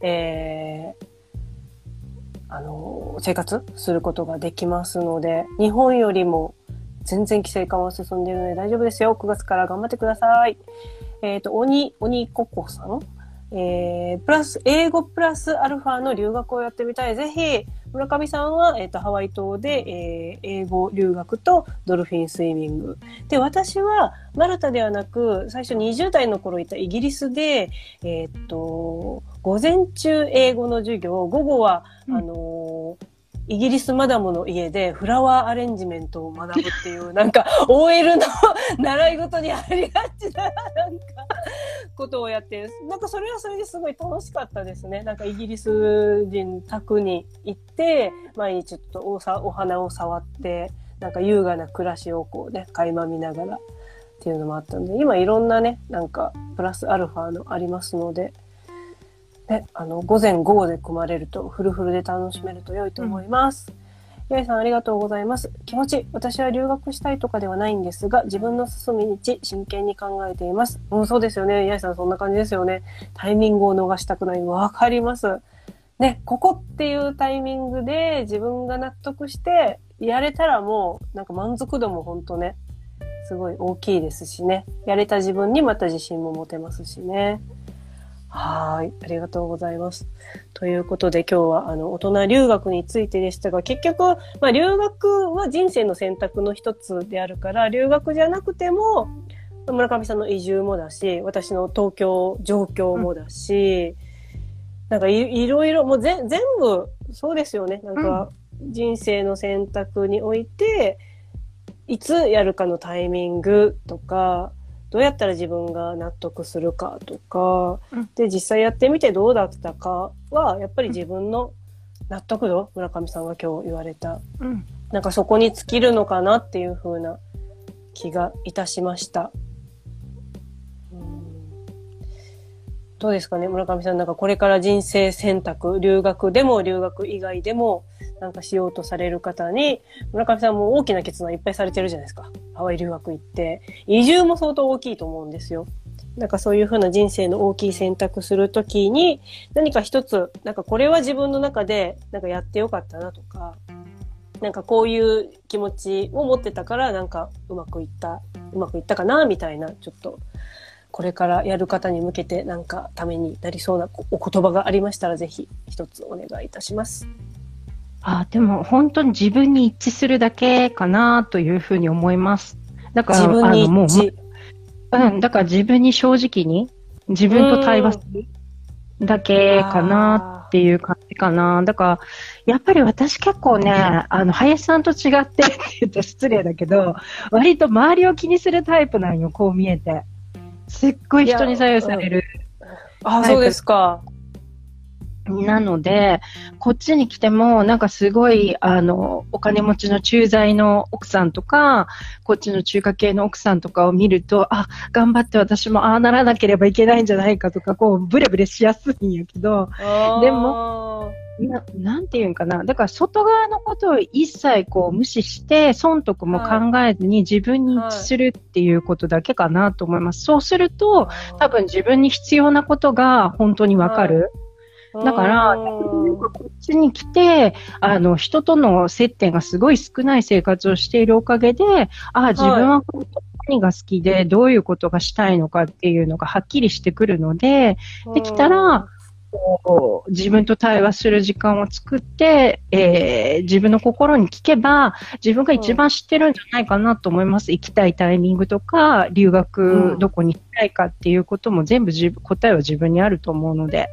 生活することができますので、日本よりも全然規制緩和進んでいるので大丈夫ですよ。9月から頑張ってください。鬼ココさん。 プラス英語プラスアルファの留学をやってみたい。ぜひ村上さんは、ハワイ島で、英語留学とドルフィンスイミングで、私はマルタではなく最初20代の頃いたイギリスで、午前中英語の授業、午後は、イギリスマダムの家でフラワーアレンジメントを学ぶっていう、なんか OL の習い事にありがちな、なんか、ことをやって、なんかそれはそれですごい楽しかったですね。なんかイギリス人宅に行って、毎日ちょっとお花を触って、なんか優雅な暮らしをこうね、垣間見ながらっていうのもあったんで、今いろんなね、なんかプラスアルファのありますので、ね、午前午後で組まれるとフルフルで楽しめると良いと思います。八重さんありがとうございます。気持ち、私は留学したいとかではないんですが、自分の進む道、真剣に考えています。そうですよね。八重さんそんな感じですよね。タイミングを逃したくない。わかります。ね、ここっていうタイミングで自分が納得してやれたらもう、なんか満足度もほんとね、すごい大きいですしね。やれた自分にまた自信も持てますしね。はい。ありがとうございます。ということで今日は大人留学についてでしたが、結局、留学は人生の選択の一つであるから、留学じゃなくても、村上さんの移住もだし、私の東京上京もだし、なんかいろいろ、もう全部そうですよね。なんか人生の選択において、いつやるかのタイミングとか、どうやったら自分が納得するかとか、で、実際やってみてどうだったかは、やっぱり自分の納得度、村上さんが今日言われた、なんかそこに尽きるのかなっていう風な気がいたしました。どうですかね、村上さん、なんかこれから人生選択、留学でも留学以外でもなんかしようとされる方に、村上さんも大きな決断いっぱいされてるじゃないですか。ハワイ留学行って、移住も相当大きいと思うんですよ。なんかそういう風な人生の大きい選択するときに、何か一つ、なんかこれは自分の中でなんかやってよかったなとか、なんかこういう気持ちを持ってたからなんかうまくいったかなみたいな、ちょっとこれからやる方に向けてなんかためになりそうなお言葉がありましたら、ぜひ一つお願いいたします。 でも本当に自分に一致するだけかなというふうに思います。だから自分に一致。 だから自分に正直に自分と対話するだけかなっていう感じかな。だからやっぱり私結構ね、林さんと違ってって言うと失礼だけど、割と周りを気にするタイプなんよ、こう見えて。すっごい人に左右される。 そうですか。 なので、こっちに来ても、なんかすごい、お金持ちの駐在の奥さんとか、こっちの中華系の奥さんとかを見ると、頑張って私もああならなければいけないんじゃないかとか、こう、ブレブレしやすいんやけど、でも、なんていうんかな。だから外側のことを一切こう無視して、損得も考えずに自分に一致するっていうことだけかなと思います。そうすると、多分自分に必要なことが本当にわかる。だから、こっちに来て、人との接点がすごい少ない生活をしているおかげで、自分は本当に何が好きで、どういうことがしたいのかっていうのがはっきりしてくるので、できたら、自分と対話する時間を作って、自分の心に聞けば、自分が一番知ってるんじゃないかなと思います。行きたいタイミングとか、留学どこに行きたいかっていうことも全部答えは自分にあると思うので。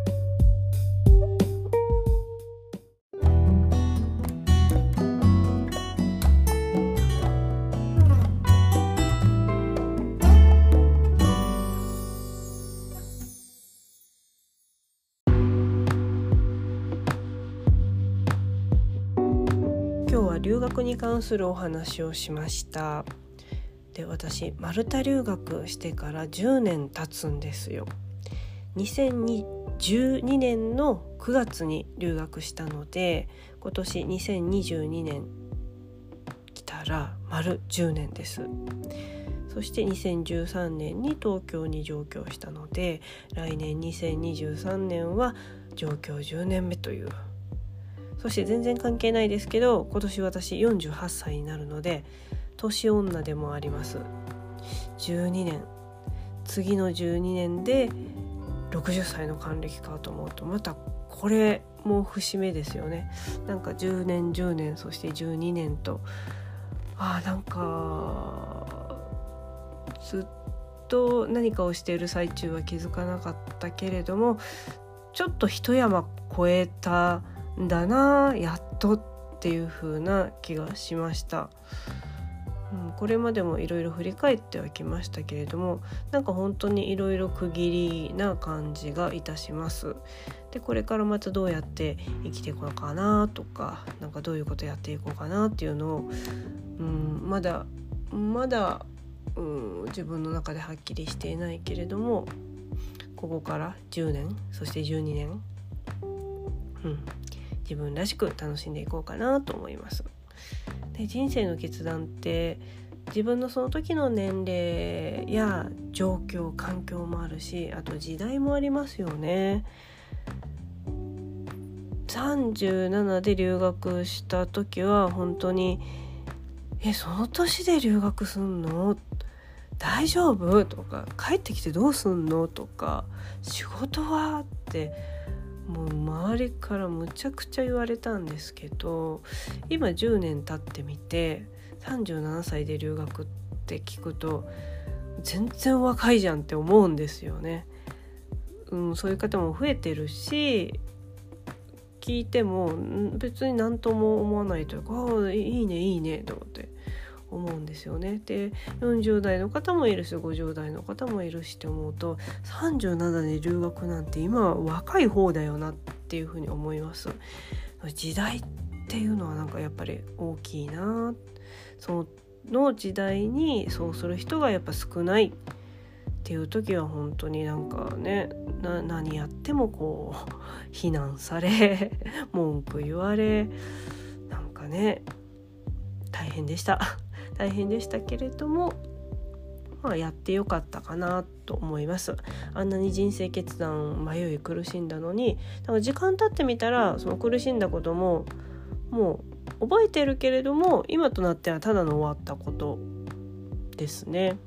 留学に関するお話をしました。で、私マルタ留学してから10年経つんですよ。2012年の9月に留学したので、今年2022年来たら丸10年です。そして2013年に東京に上京したので、来年2023年は上京10年目という。そして全然関係ないですけど、今年私48歳になるので年女でもあります。12年、次の12年で 60歳の還暦かと思うとまたこれも節目ですよね。なんか10年そして12年となんかずっと何かをしている最中は気づかなかったけれどもちょっと一山越えたんだなやっとっていう風な気がしました。これまでもいろいろ振り返ってはきましたけれどもなんか本当にいろいろ区切りな感じがいたします。でこれからまたどうやって生きていこうかなとかなんかどういうことやっていこうかなっていうのをまだ自分の中ではっきりしていないけれどもここから10年そして12年、自分らしく楽しんでいこうかなと思います。で人生の決断って自分のその時の年齢や状況環境もあるしあと時代もありますよね。37で留学した時は本当にその年で留学すんの大丈夫とか帰ってきてどうすんのとか仕事はってもう周りからむちゃくちゃ言われたんですけど今10年経ってみて37歳で留学って聞くと全然若いじゃんって思うんですよね。そういう方も増えてるし聞いても別に何とも思わないというかいいねと思って思うんですよね。で40代の方もいるし50代の方もいるしって思うと37で留学なんて今は若い方だよなっていうふうに思います。時代っていうのはなんかやっぱり大きいな。その時代にそうする人がやっぱ少ないっていう時は本当になんかね何やってもこう非難され文句言われなんかね大変でしたけれどもやってよかったかなと思います。あんなに人生決断迷い苦しんだのにだから時間経ってみたらその苦しんだことももう覚えてるけれども今となってはただの終わったことですね。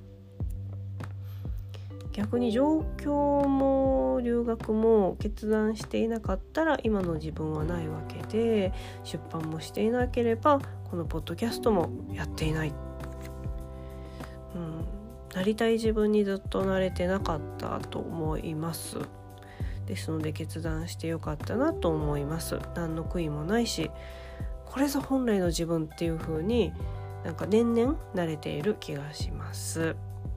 逆に上京も留学も決断していなかったら今の自分はないわけで出版もしていなければこのポッドキャストもやっていない、なりたい自分にずっとなれてなかったと思います。ですので決断してよかったなと思います。何の悔いもないしこれぞ本来の自分っていう風になんか年々慣れている気がします。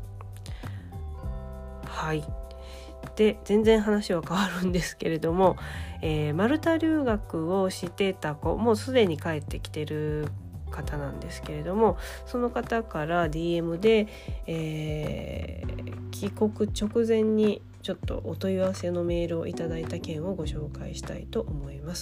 はい。で全然話は変わるんですけれども、マルタ留学をしてた子もうすでに帰ってきてる方なんですけれどもその方から DM で、帰国直前にちょっとお問い合わせのメールをいただいた件をご紹介したいと思います。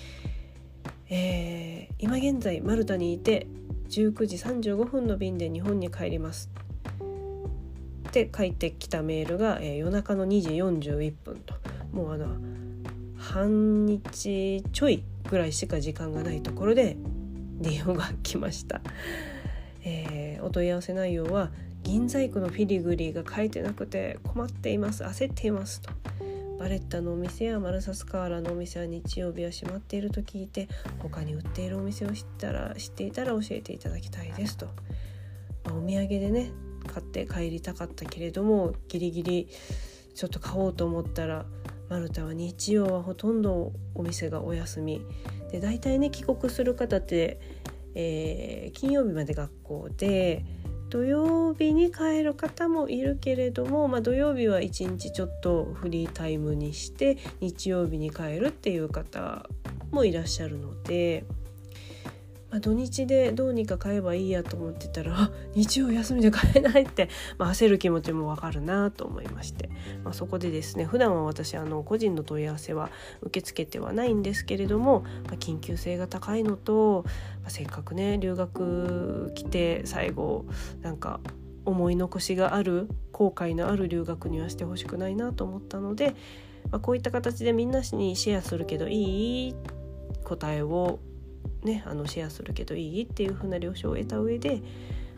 今現在マルタにいて19時35分の便で日本に帰りますって書いてきたメールが、夜中の2時41分ともう半日ちょいぐらいしか時間がないところでDM が来ました。お問い合わせ内容は銀細工のフィリグリーが書いてなくて困っています焦っていますとバレッタのお店やマルサスカーラのお店は日曜日は閉まっていると聞いて他に売っているお店を知っていたら教えていただきたいですと、お土産でね買って帰りたかったけれどもギリギリちょっと買おうと思ったらマルタは日曜はほとんどお店がお休みでだいたいね帰国する方って、金曜日まで学校で土曜日に帰る方もいるけれども、土曜日は1日ちょっとフリータイムにして日曜日に帰るっていう方もいらっしゃるので、土日でどうにか買えばいいやと思ってたら日曜休みで買えないって、焦る気持ちもわかるなと思いまして、そこでですね普段は私個人の問い合わせは受け付けてはないんですけれども、緊急性が高いのと、せっかくね留学来て最後なんか思い残しがある後悔のある留学にはしてほしくないなと思ったので、こういった形でみんなにシェアするけどいい答えをね、シェアするけどいいっていう風な了承を得た上で、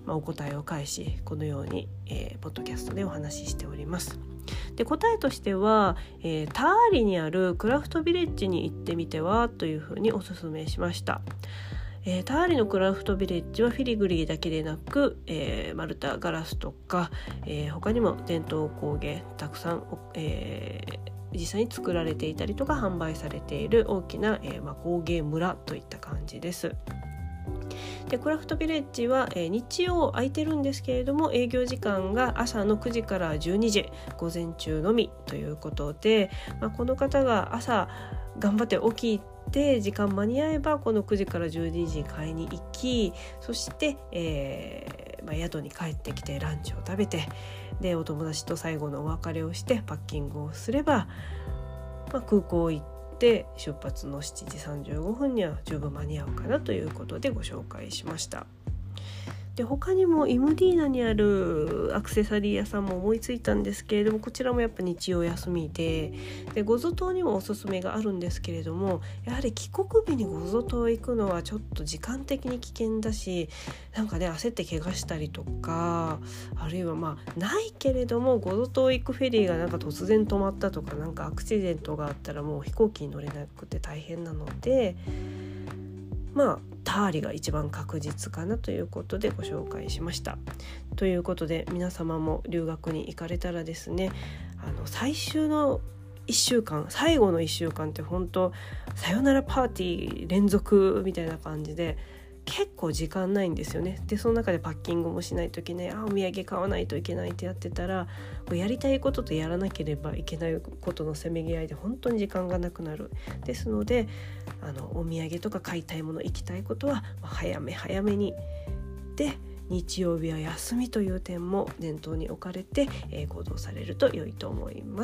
お答えを返し、このように、ポッドキャストでお話ししております。で、答えとしては、ターリにあるクラフトビレッジに行ってみてはというふうにお勧めしました。ターリのクラフトビレッジはフィリグリーだけでなく、マルタガラスとか、他にも伝統工芸たくさん、実際に作られていたりとか販売されている大きな、工芸村といった感じです。で、クラフトビレッジは、日曜空いてるんですけれども、営業時間が朝の9時から12時、午前中のみということで、この方が朝頑張って起きて時間間に合えばこの9時から12時に買いに行き、そして、宿に帰ってきてランチを食べて、でお友達と最後のお別れをしてパッキングをすれば、空港行って出発の7時35分には十分間に合うかなということでご紹介しました。で、他にもイムディーナにあるアクセサリー屋さんも思いついたんですけれども、こちらもやっぱ日曜休みで、ゴゾ島にもおすすめがあるんですけれども、やはり帰国日にゴゾ島へ行くのはちょっと時間的に危険だし、焦って怪我したりとか、あるいはないけれどもゴゾ島行くフェリーが突然止まったとか、アクシデントがあったらもう飛行機に乗れなくて大変なので、ターリが一番確実かなということでご紹介しました。ということで、皆様も留学に行かれたらですね、最終の1週間、最後の1週間って本当さよならパーティー連続みたいな感じで結構時間ないんですよね。で、その中でパッキングもしないといけない、お土産買わないといけないってやってたら、やりたいこととやらなければいけないことのせめぎ合いで本当に時間がなくなる。ですので、お土産とか買いたいもの、行きたいことは早めに、で日曜日は休みという点も念頭に置かれて、行動されると良いと思います。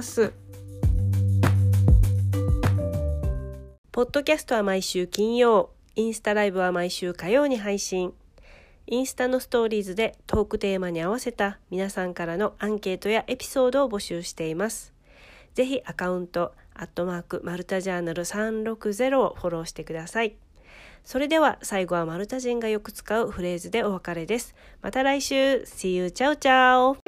ポッドキャストは毎週金曜、インスタライブは毎週火曜に配信。インスタのストーリーズでトークテーマに合わせた皆さんからのアンケートやエピソードを募集しています。ぜひアカウント@マルタジャーナル360をフォローしてください。それでは最後はマルタ人がよく使うフレーズでお別れです。また来週。See you! チャオチャオ